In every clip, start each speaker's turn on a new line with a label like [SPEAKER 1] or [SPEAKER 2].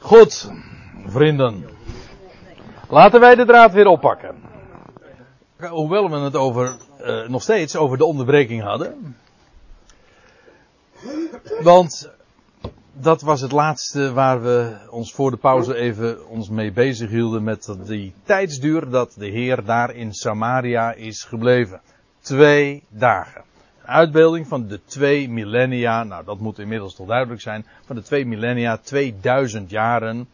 [SPEAKER 1] Goed, vrienden. Laten wij de draad weer oppakken. Hoewel we het nog steeds over de onderbreking hadden. Want dat was het laatste waar we ons voor de pauze even mee bezig hielden. Met die tijdsduur dat de Heer daar in Samaria is gebleven. 2 dagen. Een uitbeelding van de 2 millennia. Nou, dat moet inmiddels toch duidelijk zijn. Van de 2 millennia, 2000 jaren.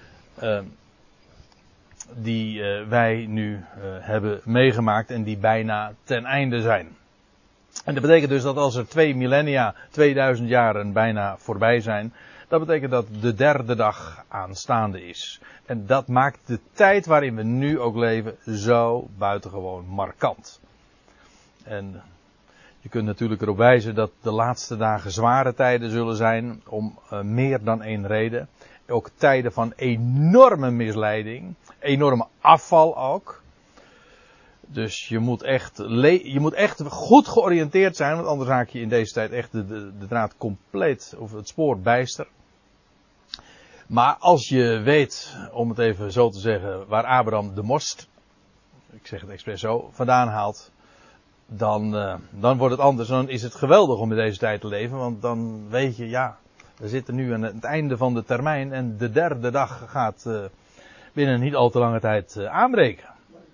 [SPEAKER 1] Die wij nu hebben meegemaakt en die bijna ten einde zijn. En dat betekent dus dat als er 2 millennia, 2000 jaren bijna voorbij zijn, dat betekent dat de 3e dag aanstaande is. En dat maakt de tijd waarin we nu ook leven zo buitengewoon markant. En je kunt natuurlijk erop wijzen dat de laatste dagen zware tijden zullen zijn, om meer dan één reden. Ook tijden van enorme misleiding, enorme afval ook. Dus je moet echt goed georiënteerd zijn, want anders raak je in deze tijd echt de draad compleet, of het spoor bijster. Maar als je weet, om het even zo te zeggen, waar Abraham de most, ik zeg het expres zo, vandaan haalt, dan wordt het anders. Dan is het geweldig om in deze tijd te leven, want dan weet je, ja, we zitten nu aan het einde van de termijn en de 3e dag gaat binnen niet al te lange tijd aanbreken.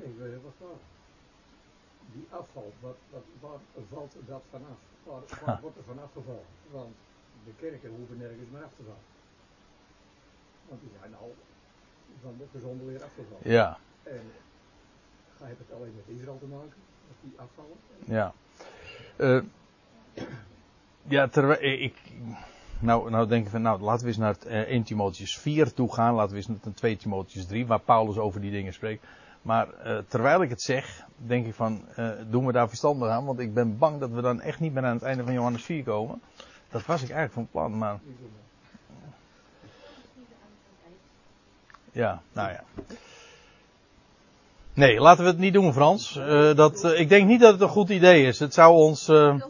[SPEAKER 2] Die afval, waar valt dat vanaf? Waar wordt er vanaf gevallen? Want de kerken hoeven nergens meer af te vallen. Want die zijn al van de gezonde leer afgevallen.
[SPEAKER 1] Ja.
[SPEAKER 2] En ga je het alleen met Israël te maken? Dat die afvallen?
[SPEAKER 1] Ja. Nou denk ik van, laten we eens naar het 1 Timotheüs 4 toe gaan. Laten we eens naar 2 Timotheüs 3, waar Paulus over die dingen spreekt. Maar terwijl ik het zeg, denk ik van, doen we daar verstandig aan. Want ik ben bang dat we dan echt niet meer aan het einde van Johannes 4 komen. Dat was ik eigenlijk van plan, maar... Ja, nou ja. Nee, laten we het niet doen, Frans. Ik denk niet dat het een goed idee is. Het zou ons...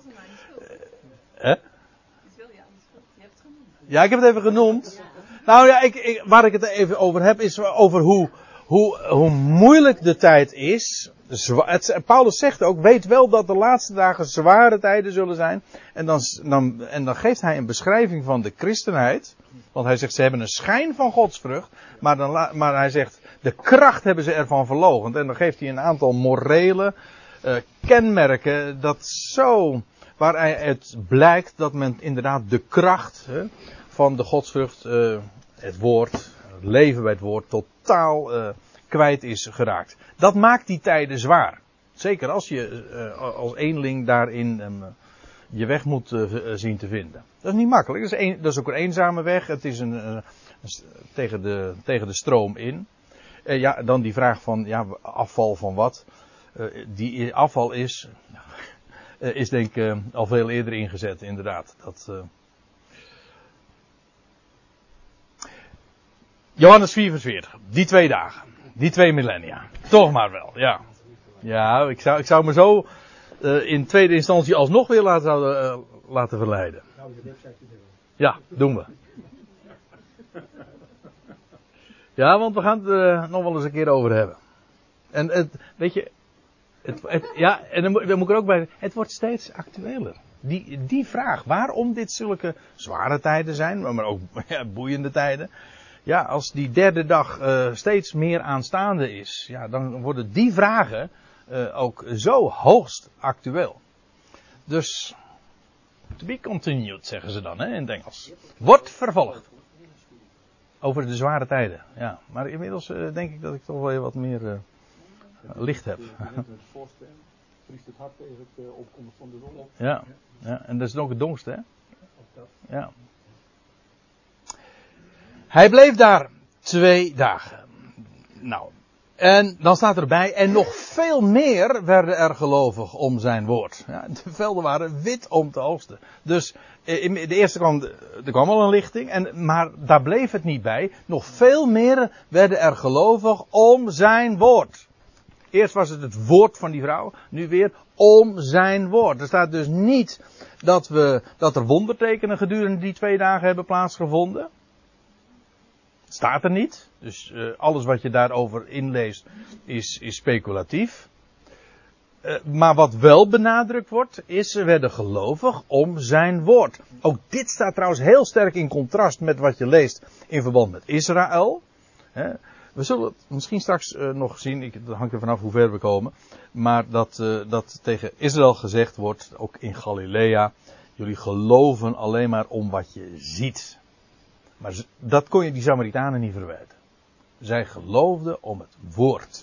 [SPEAKER 1] Ja, ik heb het even genoemd. Nou ja, waar ik het even over heb, is over hoe moeilijk de tijd is. Paulus zegt ook, weet wel dat de laatste dagen zware tijden zullen zijn. En dan geeft hij een beschrijving van de christenheid. Want hij zegt, ze hebben een schijn van godsvrucht. Maar hij zegt, de kracht hebben ze ervan verloochend. En dan geeft hij een aantal morele kenmerken waar het blijkt dat men inderdaad de kracht van de godsvrucht, het woord, het leven bij het woord, totaal kwijt is geraakt. Dat maakt die tijden zwaar. Zeker als je als eenling daarin je weg moet zien te vinden. Dat is niet makkelijk. Dat is ook een eenzame weg. Het is tegen de stroom in. Ja, dan die vraag van, ja, afval van wat? Die afval is denk ik al veel eerder ingezet, inderdaad. Johannes 4 vers 40. Die 2 dagen. Die 2 millennia. Toch maar wel, ja. Ja, ik zou me zo in tweede instantie alsnog weer laten verleiden. Ja, doen we. Ja, want we gaan het er nog wel eens een keer over hebben. En weet je... Ja, en dan moet ik er ook bij. Het wordt steeds actueler. Die vraag, waarom dit zulke zware tijden zijn, maar ook boeiende tijden. Ja, als die 3e dag steeds meer aanstaande is, ja, dan worden die vragen ook zo hoogst actueel. Dus, to be continued, zeggen ze dan in het Engels. Wordt vervolgd. Over de zware tijden, ja. Maar inmiddels denk ik dat ik toch wel wat meer... licht heb.
[SPEAKER 2] Vriest het hart tegen het opkomst van de zon.
[SPEAKER 1] Ja, en dat is nog het donkste, hè? Ja. Hij bleef daar 2 dagen. Nou, en dan staat erbij, en nog veel meer werden er gelovig om zijn woord. Ja, de velden waren wit om te oogsten. Dus in de eerste er kwam al een lichting, maar daar bleef het niet bij. Nog veel meer werden er gelovig om zijn woord. Eerst was het woord van die vrouw, nu weer om zijn woord. Er staat dus niet dat er wondertekenen gedurende die 2 dagen hebben plaatsgevonden. Het staat er niet. Dus alles wat je daarover inleest is speculatief. Maar wat wel benadrukt wordt, is ze werden gelovig om zijn woord. Ook dit staat trouwens heel sterk in contrast met wat je leest in verband met Israël. We zullen het misschien straks nog zien, dat hangt er vanaf hoe ver we komen. Maar dat tegen Israël gezegd wordt, ook in Galilea. Jullie geloven alleen maar om wat je ziet. Maar dat kon je die Samaritanen niet verwijten. Zij geloofden om het woord.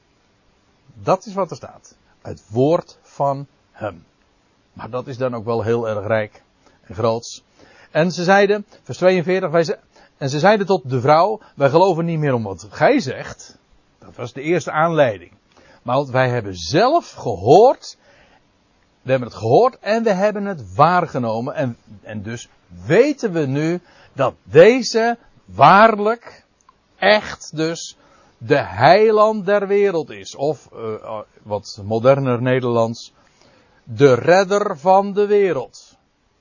[SPEAKER 1] Dat is wat er staat. Het woord van hem. Maar dat is dan ook wel heel erg rijk en groots. En ze zeiden, vers 42, en ze zeiden tot de vrouw, wij geloven niet meer om wat gij zegt. Dat was de eerste aanleiding. Maar wij hebben zelf gehoord, we hebben het gehoord en we hebben het waargenomen. En dus weten we nu dat deze waarlijk, echt dus, de heiland der wereld is. Of, wat moderner Nederlands, de redder van de wereld.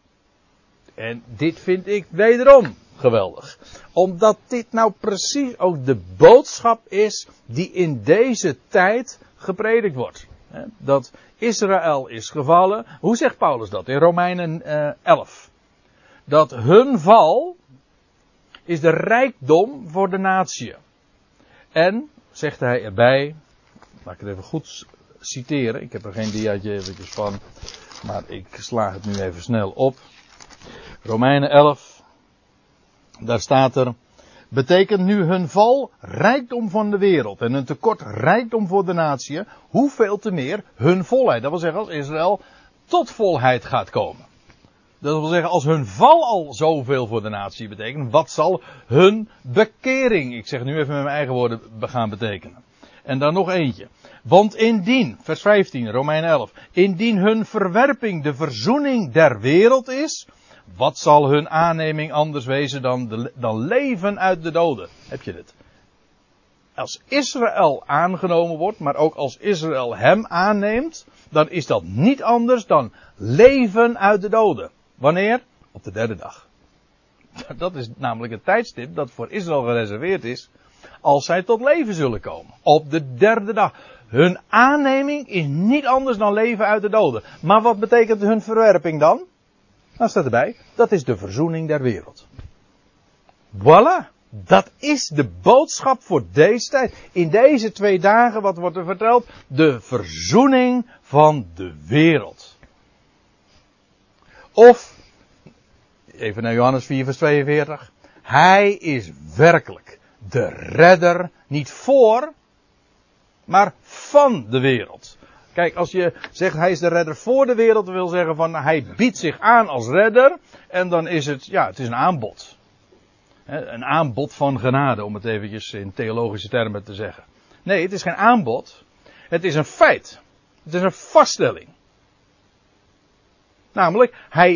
[SPEAKER 1] En dit vind ik wederom geweldig. Omdat dit nou precies ook de boodschap is die in deze tijd gepredikt wordt. Dat Israël is gevallen. Hoe zegt Paulus dat in Romeinen 11? Dat hun val is de rijkdom voor de natie. En, zegt hij erbij, laat ik het even goed citeren. Ik heb er geen diaatje eventjes van, maar ik sla het nu even snel op. Romeinen 11, daar staat er, betekent nu hun val rijkdom van de wereld en een tekort rijkdom voor de natie, hoeveel te meer hun volheid. Dat wil zeggen als Israël tot volheid gaat komen. Dat wil zeggen als hun val al zoveel voor de natie betekent, wat zal hun bekering, ik zeg nu even met mijn eigen woorden, gaan betekenen. En dan nog eentje. Want indien, vers 15, Romeinen 11, indien hun verwerping de verzoening der wereld is, wat zal hun aanneming anders wezen dan leven uit de doden? Heb je dit? Als Israël aangenomen wordt, maar ook als Israël hem aanneemt, dan is dat niet anders dan leven uit de doden. Wanneer? Op de derde dag. Dat is namelijk het tijdstip dat voor Israël gereserveerd is, als zij tot leven zullen komen. Op de derde dag. Hun aanneming is niet anders dan leven uit de doden. Maar wat betekent hun verwerping dan? Nou staat erbij, dat is de verzoening der wereld. Voilà, dat is de boodschap voor deze tijd. In deze 2 dagen, wat wordt er verteld? De verzoening van de wereld. Of, even naar Johannes 4 vers 42. Hij is werkelijk de redder, niet voor, maar van de wereld. Kijk, als je zegt hij is de redder voor de wereld, dat wil zeggen van hij biedt zich aan als redder. En dan is het, ja, het is een aanbod. Een aanbod van genade, om het eventjes in theologische termen te zeggen. Nee, het is geen aanbod. Het is een feit. Het is een vaststelling. Namelijk,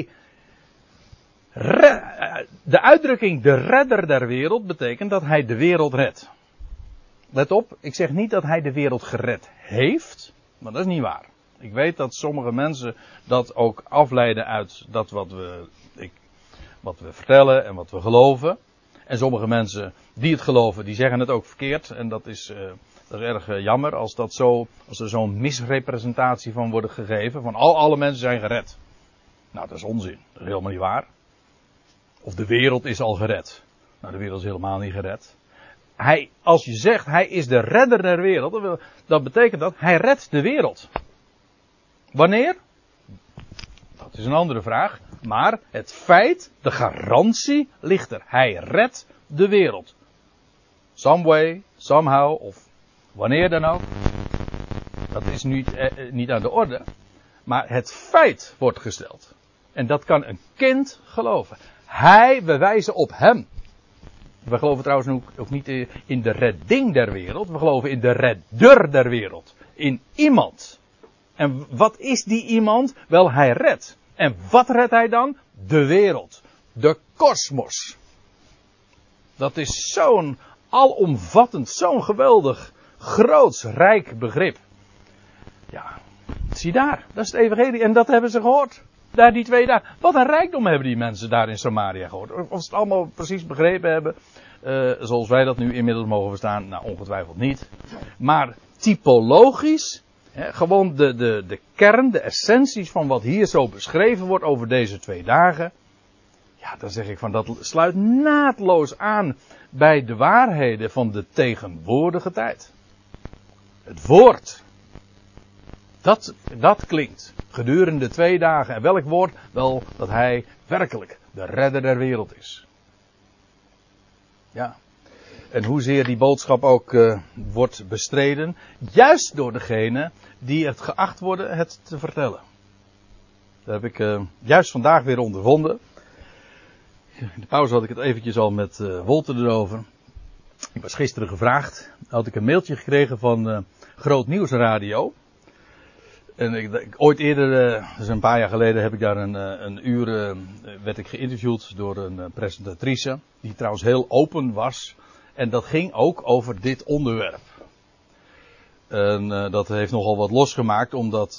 [SPEAKER 1] de uitdrukking de redder der wereld betekent dat hij de wereld redt. Let op, ik zeg niet dat hij de wereld gered heeft. Maar dat is niet waar. Ik weet dat sommige mensen dat ook afleiden uit dat wat we vertellen en wat we geloven. En sommige mensen die het geloven, die zeggen het ook verkeerd. En dat is erg jammer als er zo'n misrepresentatie van wordt gegeven. Van alle mensen zijn gered. Nou, dat is onzin. Dat is helemaal niet waar. Of de wereld is al gered. Nou, de wereld is helemaal niet gered. Als je zegt, hij is de redder der wereld, dat betekent dat hij redt de wereld. Wanneer? Dat is een andere vraag. Maar het feit, de garantie ligt er. Hij redt de wereld. Some way, somehow, of wanneer dan ook. Dat is niet aan de orde. Maar het feit wordt gesteld. En dat kan een kind geloven. We wijzen op hem. We geloven trouwens ook niet in de redding der wereld. We geloven in de redder der wereld. In iemand. En wat is die iemand? Wel, hij redt. En wat redt hij dan? De wereld. De kosmos. Dat is zo'n alomvattend, zo'n geweldig, groots, rijk begrip. Ja, zie daar. Dat is het evangelie. En dat hebben ze gehoord. Daar die 2 dagen. Wat een rijkdom hebben die mensen daar in Samaria gehoord. Of ze het allemaal precies begrepen hebben. zoals wij dat nu inmiddels mogen verstaan. Nou, ongetwijfeld niet. Maar typologisch, gewoon de kern, de essenties van wat hier zo beschreven wordt over deze 2 dagen. Ja, dan zeg ik van dat sluit naadloos aan bij de waarheden van de tegenwoordige tijd. Het woord. Dat klinkt gedurende 2 dagen. En welk woord? Wel, dat hij werkelijk de redder der wereld is. Ja. En hoezeer die boodschap ook wordt bestreden. Juist door degene die het geacht worden het te vertellen. Dat heb ik juist vandaag weer ondervonden. In de pauze had ik het eventjes al met Wolter erover. Ik was gisteren gevraagd. Had ik een mailtje gekregen van Groot Nieuws Radio. En ooit eerder, dus een paar jaar geleden, heb ik daar een uur werd ik geïnterviewd door een presentatrice. Die trouwens heel open was. En dat ging ook over dit onderwerp. En dat heeft nogal wat losgemaakt, omdat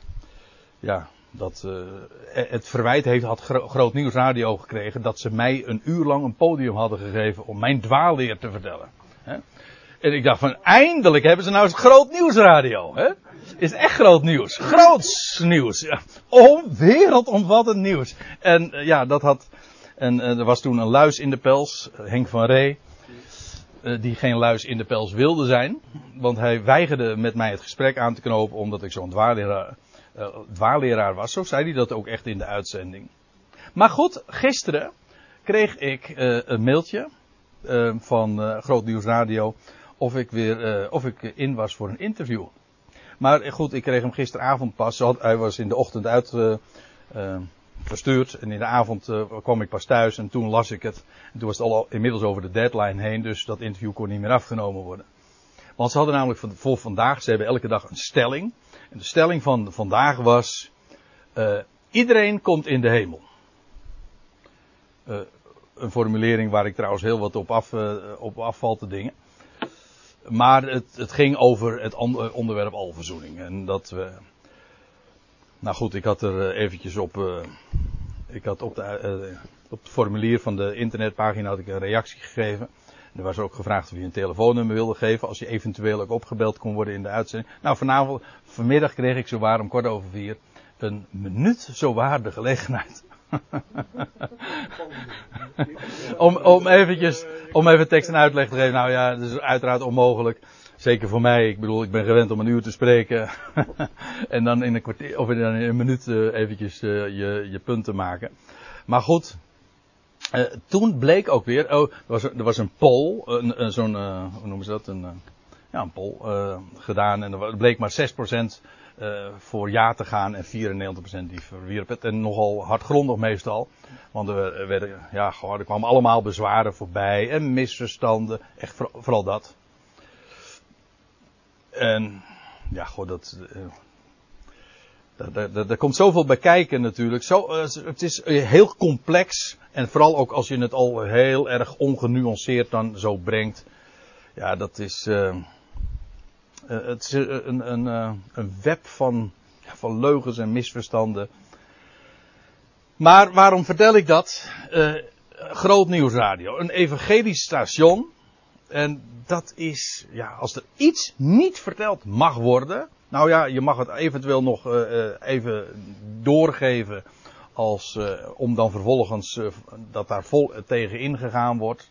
[SPEAKER 1] het verwijt had Groot Nieuws Radio gekregen dat ze mij een uur lang een podium hadden gegeven om mijn dwaalleer te vertellen. En ik dacht van, eindelijk hebben ze nou eens Groot Nieuws Radio. Is echt groot nieuws. Groots nieuws. Ja. Wereldomvattend nieuws. En er was toen een luis in de pels, Henk van Ree. Die geen luis in de pels wilde zijn. Want hij weigerde met mij het gesprek aan te knopen omdat ik zo'n dwaalleraar was. Zo zei hij dat ook echt in de uitzending. Maar goed, gisteren kreeg ik een mailtje van Groot Nieuws Radio of ik in was voor een interview. Maar goed, ik kreeg hem gisteravond pas. Hij was in de ochtend verstuurd. En in de avond kwam ik pas thuis en toen las ik het. En toen was het al inmiddels over de deadline heen. Dus dat interview kon niet meer afgenomen worden. Want ze hadden namelijk voor vandaag, ze hebben elke dag een stelling. En de stelling van vandaag was, iedereen komt in de hemel. Een formulering waar ik trouwens heel wat op afval te dingen. Maar het ging over het onderwerp alverzoening. En dat nou goed, ik had er eventjes op. Ik had op het formulier van de internetpagina had ik een reactie gegeven. Er was ook gevraagd of je een telefoonnummer wilde geven. Als je eventueel ook opgebeld kon worden in de uitzending. Nou, vanmiddag kreeg ik zowaar om 4:15 een minuut zowaar de gelegenheid. om even tekst en uitleg te geven. Nou ja, dat is uiteraard onmogelijk. Zeker voor mij. Ik bedoel, ik ben gewend om een uur te spreken. En dan in een kwartier, of in een minuut eventjes je punt te maken. Maar goed. Toen bleek ook weer, er was een poll, hoe noemen ze dat? Een poll gedaan en er bleek maar 6% voor ja te gaan en 94% die verwierp het. En nogal hardgrondig meestal, want er kwamen allemaal bezwaren voorbij en misverstanden, echt vooral dat. En ja, goed, daar komt zoveel bij kijken natuurlijk. Het is heel complex. En vooral ook als je het al heel erg ongenuanceerd dan zo brengt. Ja, dat is het is een web van leugens en misverstanden. Maar waarom vertel ik dat? Groot Nieuws Radio. Een evangelisch station. En dat is, ja, als er iets niet verteld mag worden. Nou ja, je mag het eventueel nog even doorgeven. Om dan vervolgens dat daar vol tegen ingegaan wordt.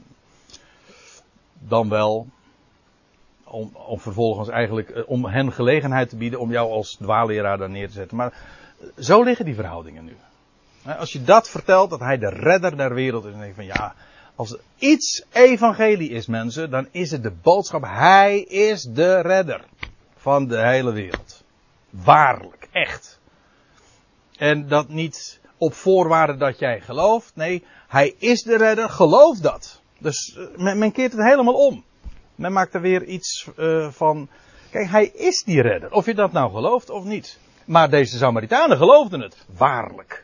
[SPEAKER 1] Dan wel. Om vervolgens eigenlijk om hen gelegenheid te bieden om jou als dwaalleraar daar neer te zetten. Maar zo liggen die verhoudingen nu. Als je dat vertelt, dat hij de redder der wereld is. Dan denk je van ja, als er iets evangelie is mensen, dan is het de boodschap. Hij is de redder van de hele wereld. Waarlijk, echt. En dat niet op voorwaarde dat jij gelooft. Nee, hij is de redder, geloof dat. Dus men keert het helemaal om. Men maakt er weer iets van. Kijk, hij is die redder. Of je dat nou gelooft of niet. Maar deze Samaritanen geloofden het. Waarlijk.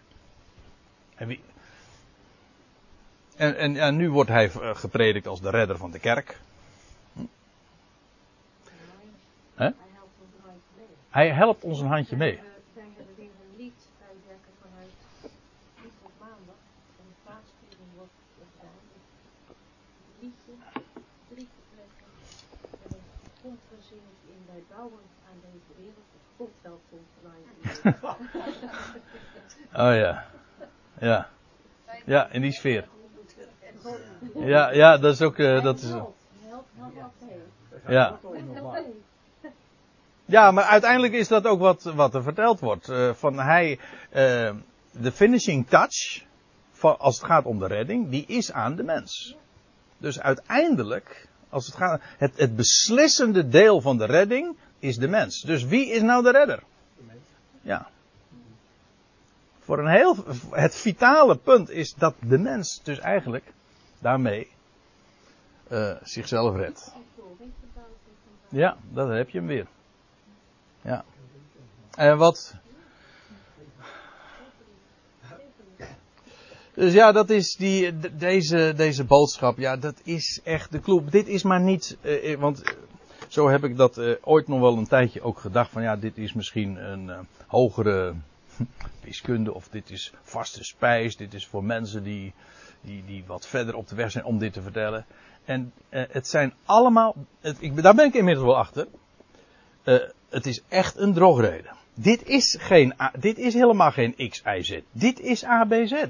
[SPEAKER 1] En nu wordt hij gepredikt als de redder van de kerk. Hij helpt ons een handje mee.
[SPEAKER 3] Wij hebben weer een lied bijwerken vanuit lied op maandag. En de plaatsviering wordt gedaan. in wij bouwen aan deze wereld. Het komt wel soms vanuit.
[SPEAKER 1] Oh ja. Ja. Ja, in die sfeer. Ja, dat is ook... dat is, ja. Ja, maar uiteindelijk is dat ook wat er verteld wordt. Van hij... de finishing touch... als het gaat om de redding... die is aan de mens. Dus uiteindelijk... als het gaat... het beslissende deel van de redding... is de mens. Dus wie is nou de redder? Ja. Voor het vitale punt is dat de mens dus eigenlijk daarmee zichzelf redt. Ja, dat heb je hem weer. Ja. En wat? Dus ja, dat is deze boodschap. Ja, dat is echt de clue. Dit is maar niet, want zo heb ik dat ooit nog wel een tijdje ook gedacht. Van ja, dit is misschien een hogere wiskunde of dit is vaste spijs. Dit is voor mensen die wat verder op de weg zijn om dit te vertellen. En het zijn allemaal, daar ben ik inmiddels wel achter. Het is echt een drogreden. Dit is helemaal geen X, Y, Z. Dit is ABC.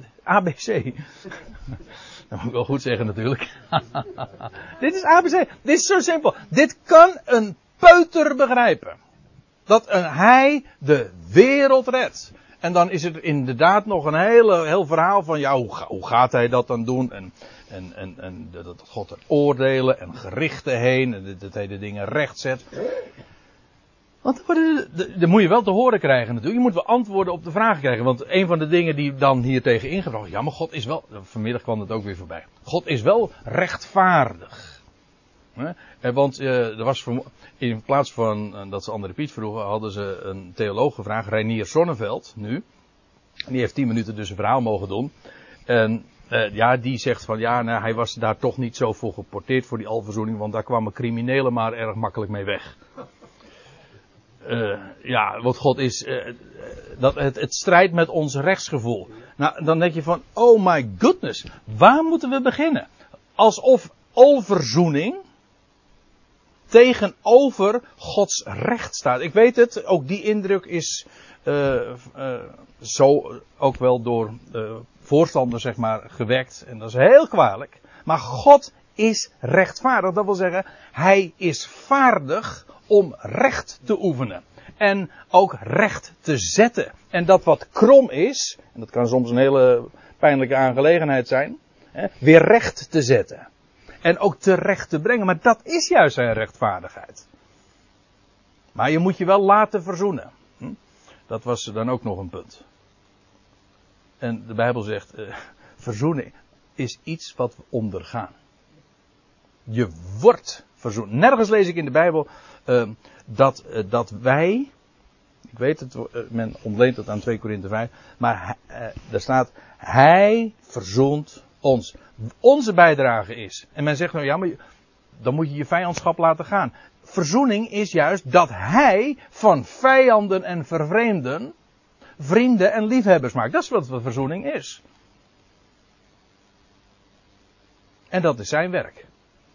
[SPEAKER 1] Dat moet ik wel goed zeggen natuurlijk. Dit is ABC. Dit is zo simpel. Dit kan een peuter begrijpen. Dat hij de wereld redt. En dan is er inderdaad nog een heel verhaal van, ja, hoe gaat hij dat dan doen? En dat God er oordelen en gerichten heen. En dat hij de dingen recht zet. Want dan moet je wel te horen krijgen natuurlijk. Je moet wel antwoorden op de vragen krijgen. Want een van de dingen die dan hier tegen ingebracht. Ja, maar God is wel. Vanmiddag kwam het ook weer voorbij. God is wel rechtvaardig. Want er was in plaats van dat ze André Piet vroegen, hadden ze een theoloog gevraagd, Reinier Sonneveld nu. En die heeft 10 minuten dus een verhaal mogen doen. En ja, die zegt van ja, nou, hij was daar toch niet zo voor geporteerd voor die alverzoening, want daar kwamen criminelen maar erg makkelijk mee weg. Ja, wat God is, het strijdt met ons rechtsgevoel. Nou, dan denk je van, oh my goodness, waar moeten we beginnen? Alsof alverzoening tegenover Gods recht staat. Ik weet het, ook die indruk is zo ook wel door voorstanders zeg maar gewekt. En dat is heel kwalijk. Maar God is rechtvaardig. Dat wil zeggen, hij is vaardig om recht te oefenen. En ook recht te zetten. En dat wat krom is, en dat kan soms een hele pijnlijke aangelegenheid zijn, weer recht te zetten. En ook terecht te brengen. Maar dat is juist zijn rechtvaardigheid. Maar je moet je wel laten verzoenen. Dat was dan ook nog een punt. En de Bijbel zegt, verzoening is iets wat we ondergaan. Je wordt verzoend. Nergens lees ik in de Bijbel dat wij, ik weet het, men ontleent het aan 2 Korinthe 5, maar daar staat, hij verzoent ons. Onze bijdrage is. En men zegt nou ja, maar dan moet je je vijandschap laten gaan. Verzoening is juist dat hij van vijanden en vervreemden vrienden en liefhebbers maakt. Dat is wat verzoening is. En dat is zijn werk.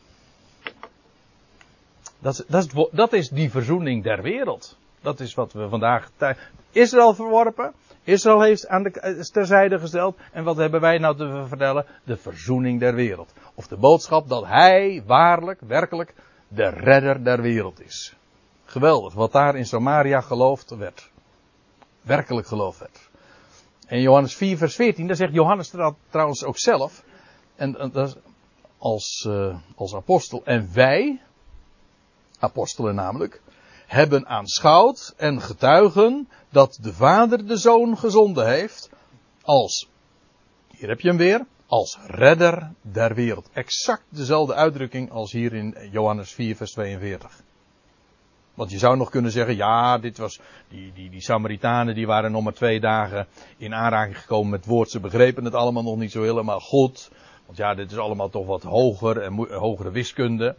[SPEAKER 1] Dat is die verzoening der wereld. Dat is wat we vandaag... Israël verworpen. Israël heeft terzijde gesteld. En wat hebben wij nou te vertellen? De verzoening der wereld. Of de boodschap dat hij waarlijk, werkelijk de redder der wereld is. Geweldig. Wat daar in Samaria geloofd werd. Werkelijk geloofd werd. En Johannes 4 vers 14, daar zegt Johannes trouwens ook zelf. En dat is als apostel. En wij, apostelen namelijk, hebben aanschouwd en getuigen dat de Vader de Zoon gezonden heeft als, hier heb je hem weer, als redder der wereld. Exact dezelfde uitdrukking als hier in Johannes 4 vers 42. Want je zou nog kunnen zeggen, ja, dit was, die Samaritanen die waren nog maar 2 dagen in aanraking gekomen met het woord. Ze begrepen het allemaal nog niet zo helemaal goed. Want ja, dit is allemaal toch wat hoger en hogere wiskunde.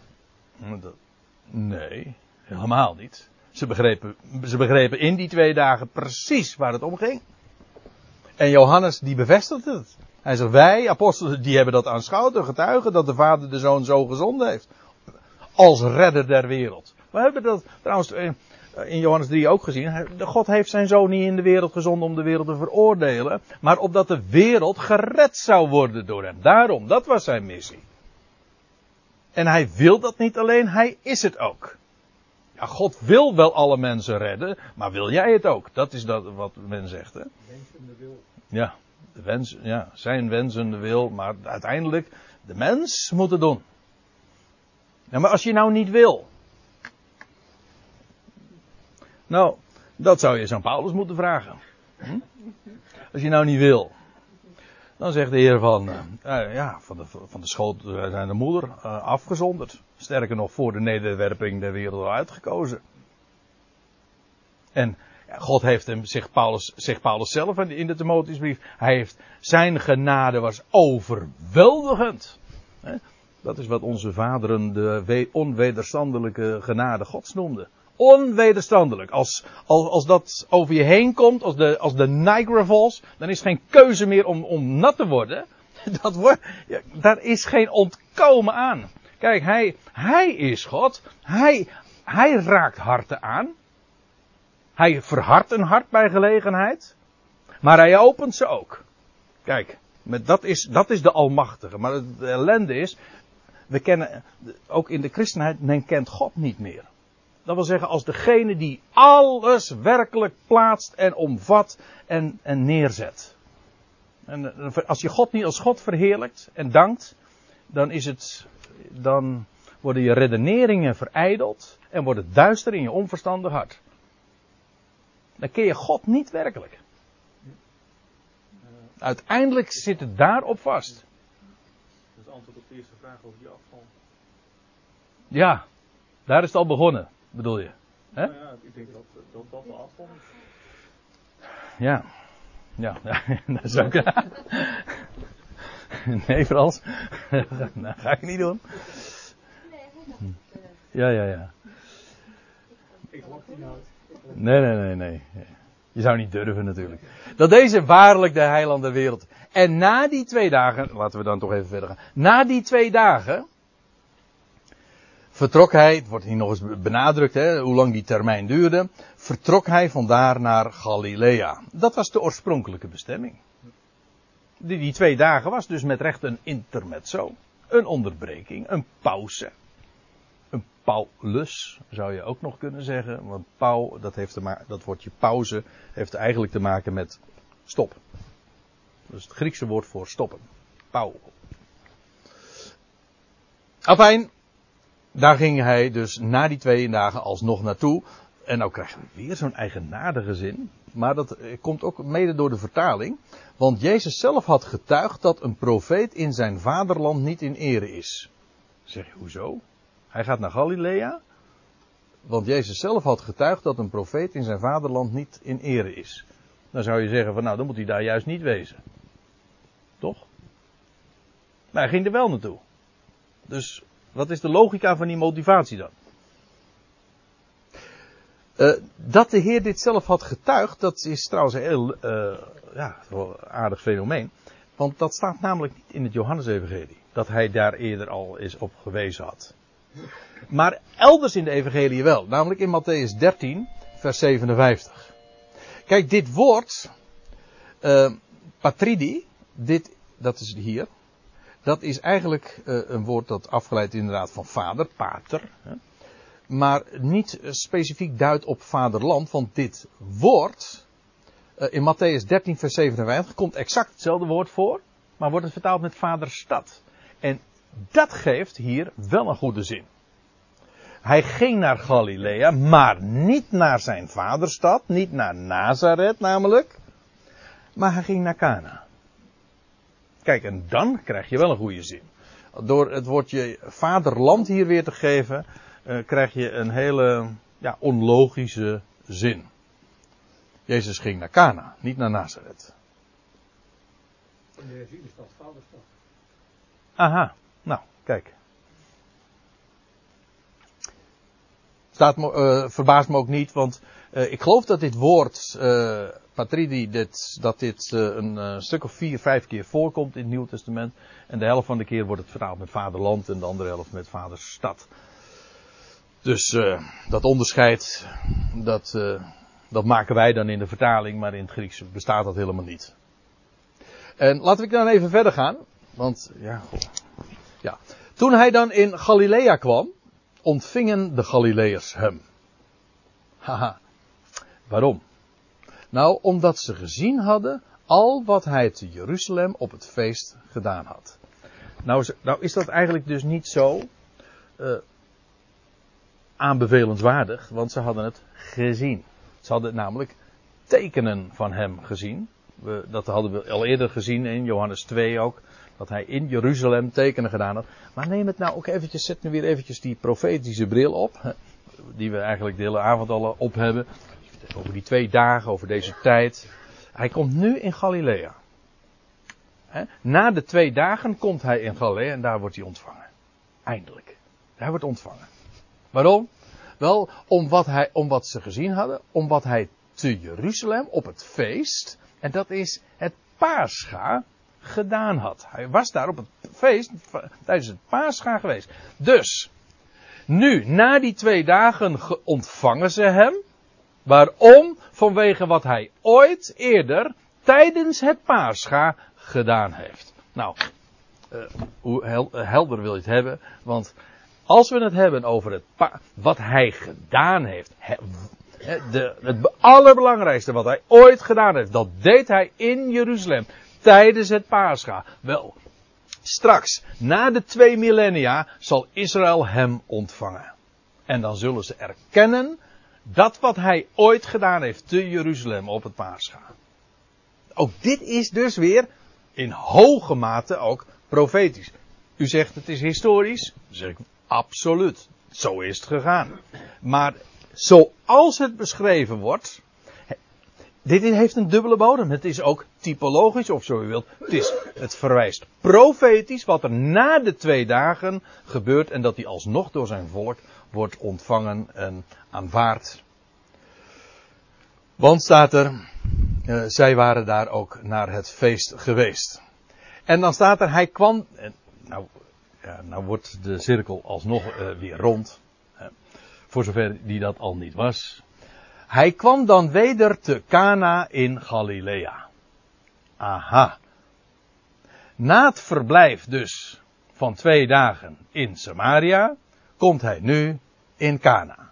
[SPEAKER 1] Nee, helemaal niet. Ze begrepen in die 2 dagen precies waar het om ging. En Johannes die bevestigt het. Hij zegt, wij, apostelen, die hebben dat aanschouwd en getuigen dat de Vader de Zoon zo gezonden heeft. Als redder der wereld. We hebben dat trouwens in Johannes 3 ook gezien. God heeft zijn zoon niet in de wereld gezonden om de wereld te veroordelen, maar opdat de wereld gered zou worden door hem. Daarom, dat was zijn missie. En hij wil dat niet alleen, hij is het ook. Ja, God wil wel alle mensen redden, maar wil jij het ook? Dat is dat wat men zegt, hè?
[SPEAKER 2] Wensende wil.
[SPEAKER 1] Ja, zijn wensende wil, maar uiteindelijk, de mens moet het doen. Ja, maar als je nou niet wil. Nou, dat zou je eens aan Paulus moeten vragen. Als je nou niet wil. Dan zegt de Heer van de schoot zijn de moeder afgezonderd. Sterker nog, voor de nederwerping der wereld al uitgekozen. En God heeft hem, zegt Paulus zelf in de Timotheusbrief, hij heeft, zijn genade was overweldigend. Dat is wat onze vaderen de onwederstandelijke genade Gods noemden. Onwederstandelijk. Als dat over je heen komt, als de Niagara Falls, dan is geen keuze meer om nat te worden. Daar is geen ontkomen aan. Kijk, hij is God. Hij raakt harten aan. Hij verhardt een hart bij gelegenheid. Maar hij opent ze ook. Kijk, dat is de Almachtige. Maar de ellende is, we kennen, ook in de christenheid, men kent God niet meer. Dat wil zeggen, als degene die alles werkelijk plaatst en omvat en neerzet. En als je God niet als God verheerlijkt en dankt, dan worden je redeneringen verijdeld en wordt het duister in je onverstandig hart. Dan ken je God niet werkelijk. Uiteindelijk zit het daarop vast.
[SPEAKER 4] Dat is het antwoord op de eerste vraag over die afval.
[SPEAKER 1] Ja, daar is het al begonnen, bedoel je? Hè?
[SPEAKER 4] Nou ja, ik denk dat de afval is.
[SPEAKER 1] Ja, dat is ook. Nee, Frans. Dat ga ik niet doen. Ja.
[SPEAKER 2] Ik lok die nooit.
[SPEAKER 1] Nee. Je zou niet durven natuurlijk. Dat deze waarlijk de heiland der wereld. En na die 2 dagen, laten we dan toch even verder gaan. Na die 2 dagen vertrok hij, het wordt hier nog eens benadrukt, hoe lang die termijn duurde. Vertrok hij vandaar naar Galilea. Dat was de oorspronkelijke bestemming. Die 2 dagen was dus met recht een intermezzo. Een onderbreking, een pauze. Een paulus zou je ook nog kunnen zeggen. Want dat woordje pauze heeft eigenlijk te maken met stop. Dus het Griekse woord voor stoppen. Pau. Afijn, daar ging hij dus na die 2 dagen alsnog naartoe. En nou krijgen we weer zo'n eigenaardige zin. Maar dat komt ook mede door de vertaling. Want Jezus zelf had getuigd dat een profeet in zijn vaderland niet in ere is. Zeg je, hoezo? Hij gaat naar Galilea. Want Jezus zelf had getuigd dat een profeet in zijn vaderland niet in ere is. Dan zou je zeggen van dan moet hij daar juist niet wezen. Toch? Maar hij ging er wel naartoe. Dus wat is de logica van die motivatie dan? Dat de Heer dit zelf had getuigd, dat is trouwens een heel wel aardig fenomeen. Want dat staat namelijk niet in het Johannesevangelie. Dat hij daar eerder al eens op gewezen had. Maar elders in de evangelie wel. Namelijk in Mattheüs 13, vers 57. Kijk, dit woord, patridi, dat is hier. Dat is eigenlijk een woord dat afgeleid inderdaad van vader, pater. Maar niet specifiek duidt op vaderland. Want dit woord, in Mattheüs 13 vers 57, komt exact hetzelfde woord voor. Maar wordt het vertaald met vaderstad. En dat geeft hier wel een goede zin. Hij ging naar Galilea, maar niet naar zijn vaderstad. Niet naar Nazareth namelijk. Maar hij ging naar Cana. Kijk, en dan krijg je wel een goede zin. Door het woordje vaderland hier weer te geven, krijg je een hele onlogische zin. Jezus ging naar Cana, niet naar Nazareth.
[SPEAKER 2] In de herziene stad vaderstad.
[SPEAKER 1] Aha, nou, kijk. Verbaast me ook niet, want ik geloof dat dit woord, patridi, dat dit een stuk of 4, 5 keer voorkomt in het Nieuwe Testament. En de helft van de keer wordt het vertaald met vaderland en de andere helft met vaderstad. Dus dat onderscheid, dat maken wij dan in de vertaling, maar in het Grieks bestaat dat helemaal niet. En laten we dan even verder gaan, want ja. Toen hij dan in Galilea kwam, ontvingen de Galileërs hem. Haha. Waarom? Nou, omdat ze gezien hadden al wat hij te Jeruzalem op het feest gedaan had. Nou is dat eigenlijk dus niet zo aanbevelenswaardig, want ze hadden het gezien. Ze hadden namelijk tekenen van hem gezien. Dat hadden we al eerder gezien in Johannes 2 ook. Dat hij in Jeruzalem tekenen gedaan had. Maar neem het nou ook eventjes, zet nu weer eventjes die profetische bril op. Die we eigenlijk de hele avond al op hebben. Over die 2 dagen, over deze tijd. Hij komt nu in Galilea. Na de 2 dagen komt hij in Galilea en daar wordt hij ontvangen. Eindelijk. Hij wordt ontvangen. Waarom? Wel, om wat ze gezien hadden. Om wat hij te Jeruzalem op het feest. En dat is het Pascha gedaan had. Hij was daar op het feest tijdens het Pascha geweest. Dus, nu, na die 2 dagen ontvangen ze hem. Waarom? Vanwege wat hij ooit eerder tijdens het Pascha gedaan heeft. Nou, hoe helder wil je het hebben? Want als we het hebben over wat hij gedaan heeft. Het allerbelangrijkste wat hij ooit gedaan heeft. Dat deed hij in Jeruzalem. Tijdens het Pascha. Wel, straks, na de 2 millennia, zal Israël hem ontvangen. En dan zullen ze erkennen dat wat hij ooit gedaan heeft te Jeruzalem op het Pascha. Ook dit is dus weer in hoge mate ook profetisch. U zegt het is historisch. Dan zeg ik absoluut. Zo is het gegaan. Maar zoals het beschreven wordt. Dit heeft een dubbele bodem. Het is ook typologisch, of zo u wilt. Het verwijst profetisch wat er na de 2 dagen gebeurt. En dat hij alsnog door zijn volk wordt ontvangen en aanvaard. Want staat er, zij waren daar ook naar het feest geweest. En dan staat er, hij kwam. Nou wordt de cirkel alsnog weer rond. Voor zover die dat al niet was. Hij kwam dan weder te Cana in Galilea. Aha. Na het verblijf dus van 2 dagen in Samaria, komt hij nu in Cana.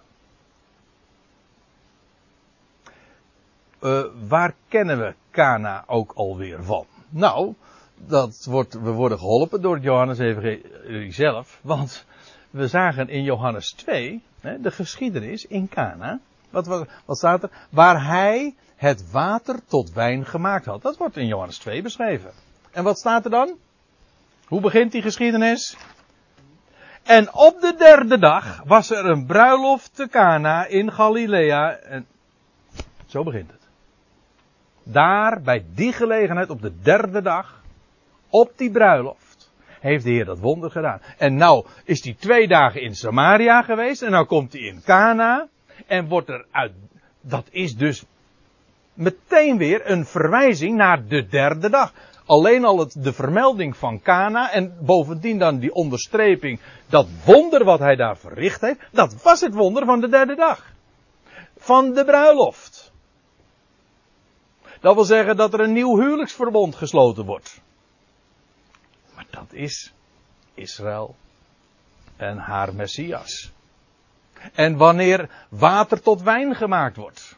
[SPEAKER 1] Waar kennen we Cana ook alweer van? Nou, we worden geholpen door Johannes Evangelie zelf, want we zagen in Johannes 2 de geschiedenis in Cana. Wat staat er? Waar hij het water tot wijn gemaakt had. Dat wordt in Johannes 2 beschreven. En wat staat er dan? Hoe begint die geschiedenis? En op de 3e dag was er een bruiloft te Cana in Galilea. En zo begint het. Daar, bij die gelegenheid, op de 3e dag, op die bruiloft, heeft de Heer dat wonder gedaan. En nou is hij 2 dagen in Samaria geweest. En nou komt hij in Cana. En wordt er uit. Dat is dus meteen weer een verwijzing naar de 3e dag. Alleen al de vermelding van Cana. En bovendien dan die onderstreping. Dat wonder wat hij daar verricht heeft. Dat was het wonder van de 3e dag. Van de bruiloft. Dat wil zeggen dat er een nieuw huwelijksverbond gesloten wordt. Maar dat is Israël en haar Messias. En wanneer water tot wijn gemaakt wordt.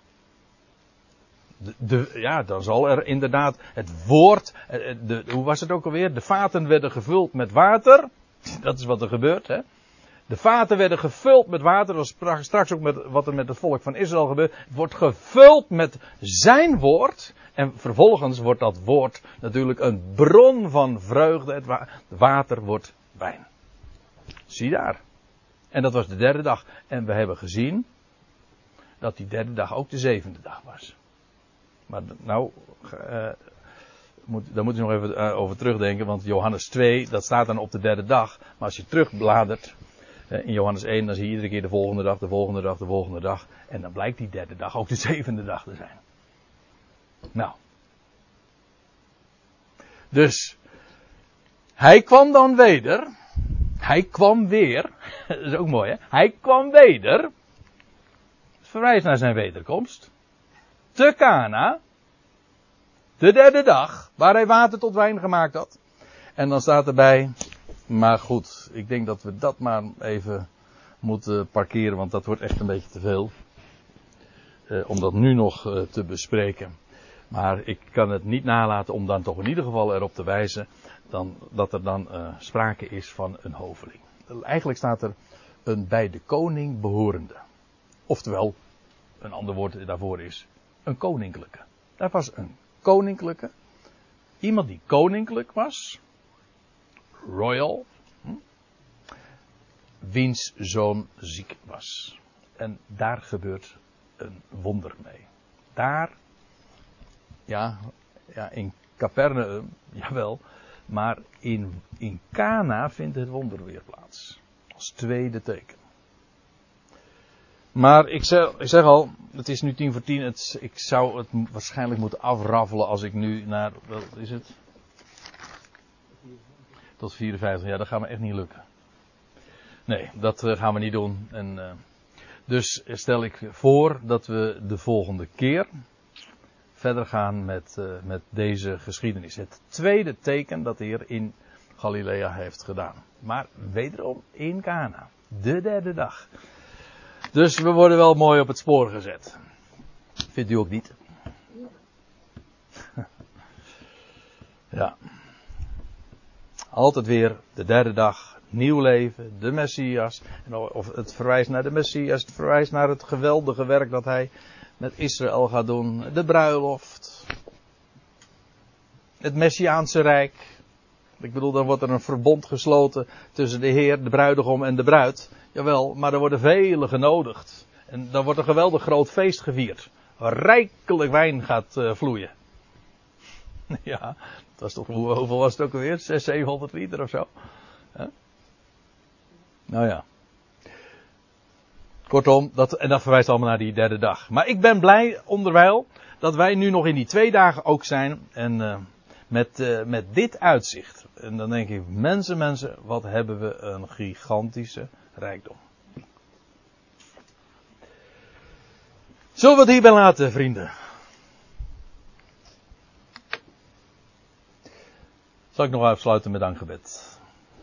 [SPEAKER 1] Dan zal er inderdaad het woord. Hoe was het ook alweer? De vaten werden gevuld met water. Dat is wat er gebeurt. Hè? De vaten werden gevuld met water. Dat was straks ook wat er met het volk van Israël gebeurt. Het wordt gevuld met zijn woord. En vervolgens wordt dat woord natuurlijk een bron van vreugde. Het water wordt wijn. Zie daar. En dat was de 3e dag. En we hebben gezien dat die 3e dag ook de 7e dag was. Maar nou, daar moet je nog even over terugdenken. Want Johannes 2, dat staat dan op de 3e dag. Maar als je terugbladert in Johannes 1, dan zie je iedere keer de volgende dag, de volgende dag, de volgende dag. En dan blijkt die 3e dag ook de 7e dag te zijn. Nou. Dus, hij kwam dan weder. Hij kwam weer. Dat is ook mooi, hè? Hij kwam weder. Verwijst naar zijn wederkomst. Te Kana. De derde dag. Waar hij water tot wijn gemaakt had. En dan staat erbij. Maar goed, ik denk dat we dat maar even moeten parkeren. Want dat wordt echt een beetje te veel. Om dat nu nog te bespreken. Maar ik kan het niet nalaten om dan toch in ieder geval erop te wijzen. Dat er dan sprake is van een hoveling. Eigenlijk staat er een bij de koning behorende. Oftewel, een ander woord daarvoor is een koninklijke. Daar was een koninklijke. Iemand die koninklijk was. Royal. Wiens zoon ziek was. En daar gebeurt een wonder mee. Daar, ja in Capernaum, jawel. Maar in Kana vindt het wonder weer plaats. Als tweede teken. Maar ik zeg al, het is nu 9:50. Ik zou het waarschijnlijk moeten afraffelen als ik nu naar, wat is het? Tot 54, ja, dat gaat me echt niet lukken. Nee, dat gaan we niet doen. Dus stel ik voor dat we de volgende keer verder gaan met deze geschiedenis. Het tweede teken dat de Heer in Galilea heeft gedaan. Maar wederom in Kana. De derde dag. Dus we worden wel mooi op het spoor gezet. Vindt u ook niet? Ja. Altijd weer de derde dag. Nieuw leven. De Messias. Of het verwijst naar de Messias. Het verwijst naar het geweldige werk dat hij met Israël gaat doen. De bruiloft. Het Messiaanse Rijk. Ik bedoel, dan wordt er een verbond gesloten tussen de Heer, de bruidegom en de bruid. Jawel, maar er worden velen genodigd. En dan wordt een geweldig groot feest gevierd. Rijkelijk wijn gaat vloeien. Ja, dat was toch, hoeveel was het ook alweer? 600, 700 liter of zo. Huh? Nou ja. Kortom, dat verwijst allemaal naar die derde dag. Maar ik ben blij onderwijl dat wij nu nog in die 2 dagen ook zijn. En met dit uitzicht. En dan denk ik, mensen, wat hebben we een gigantische rijkdom. Zullen we het hierbij laten, vrienden? Zal ik nog afsluiten met dankgebed.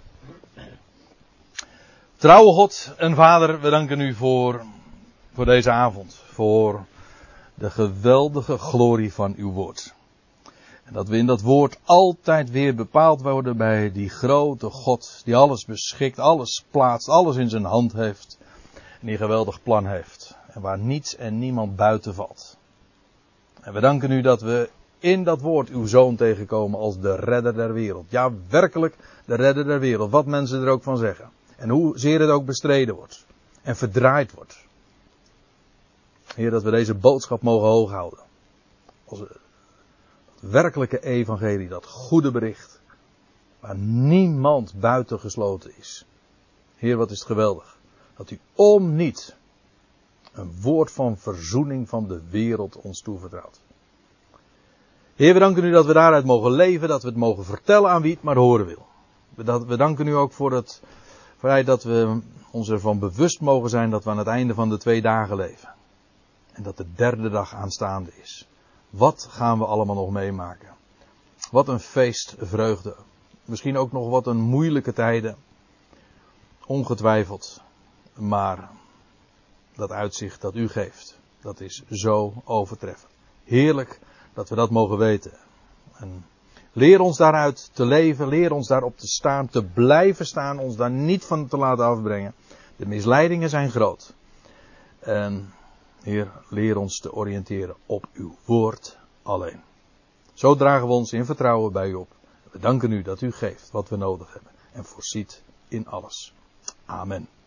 [SPEAKER 1] Trouwe God en Vader, we danken u voor deze avond. Voor de geweldige glorie van uw woord. En dat we in dat woord altijd weer bepaald worden bij die grote God. Die alles beschikt, alles plaatst, alles in zijn hand heeft. En die een geweldig plan heeft. En waar niets en niemand buiten valt. En we danken u dat we in dat woord uw zoon tegenkomen als de redder der wereld. Ja, werkelijk de redder der wereld. Wat mensen er ook van zeggen. En hoezeer het ook bestreden wordt. En verdraaid wordt. Heer, dat we deze boodschap mogen hoog houden. Als het werkelijke evangelie, dat goede bericht. Waar niemand buiten gesloten is. Heer, wat is het geweldig. Dat u om niet een woord van verzoening van de wereld ons toevertrouwt. Heer, we danken u dat we daaruit mogen leven. Dat we het mogen vertellen aan wie het maar horen wil. We danken u ook voor het feit dat we ons ervan bewust mogen zijn dat we aan het einde van de 2 dagen leven. En dat de derde dag aanstaande is. Wat gaan we allemaal nog meemaken? Wat een feest, vreugde. Misschien ook nog wat een moeilijke tijden. Ongetwijfeld. Maar dat uitzicht dat u geeft, dat is zo overtreffend. Heerlijk dat we dat mogen weten. En leer ons daaruit te leven, leer ons daarop te staan, te blijven staan, ons daar niet van te laten afbrengen. De misleidingen zijn groot. En Heer, leer ons te oriënteren op uw woord alleen. Zo dragen we ons in vertrouwen bij u op. We danken u dat u geeft wat we nodig hebben en voorziet in alles. Amen.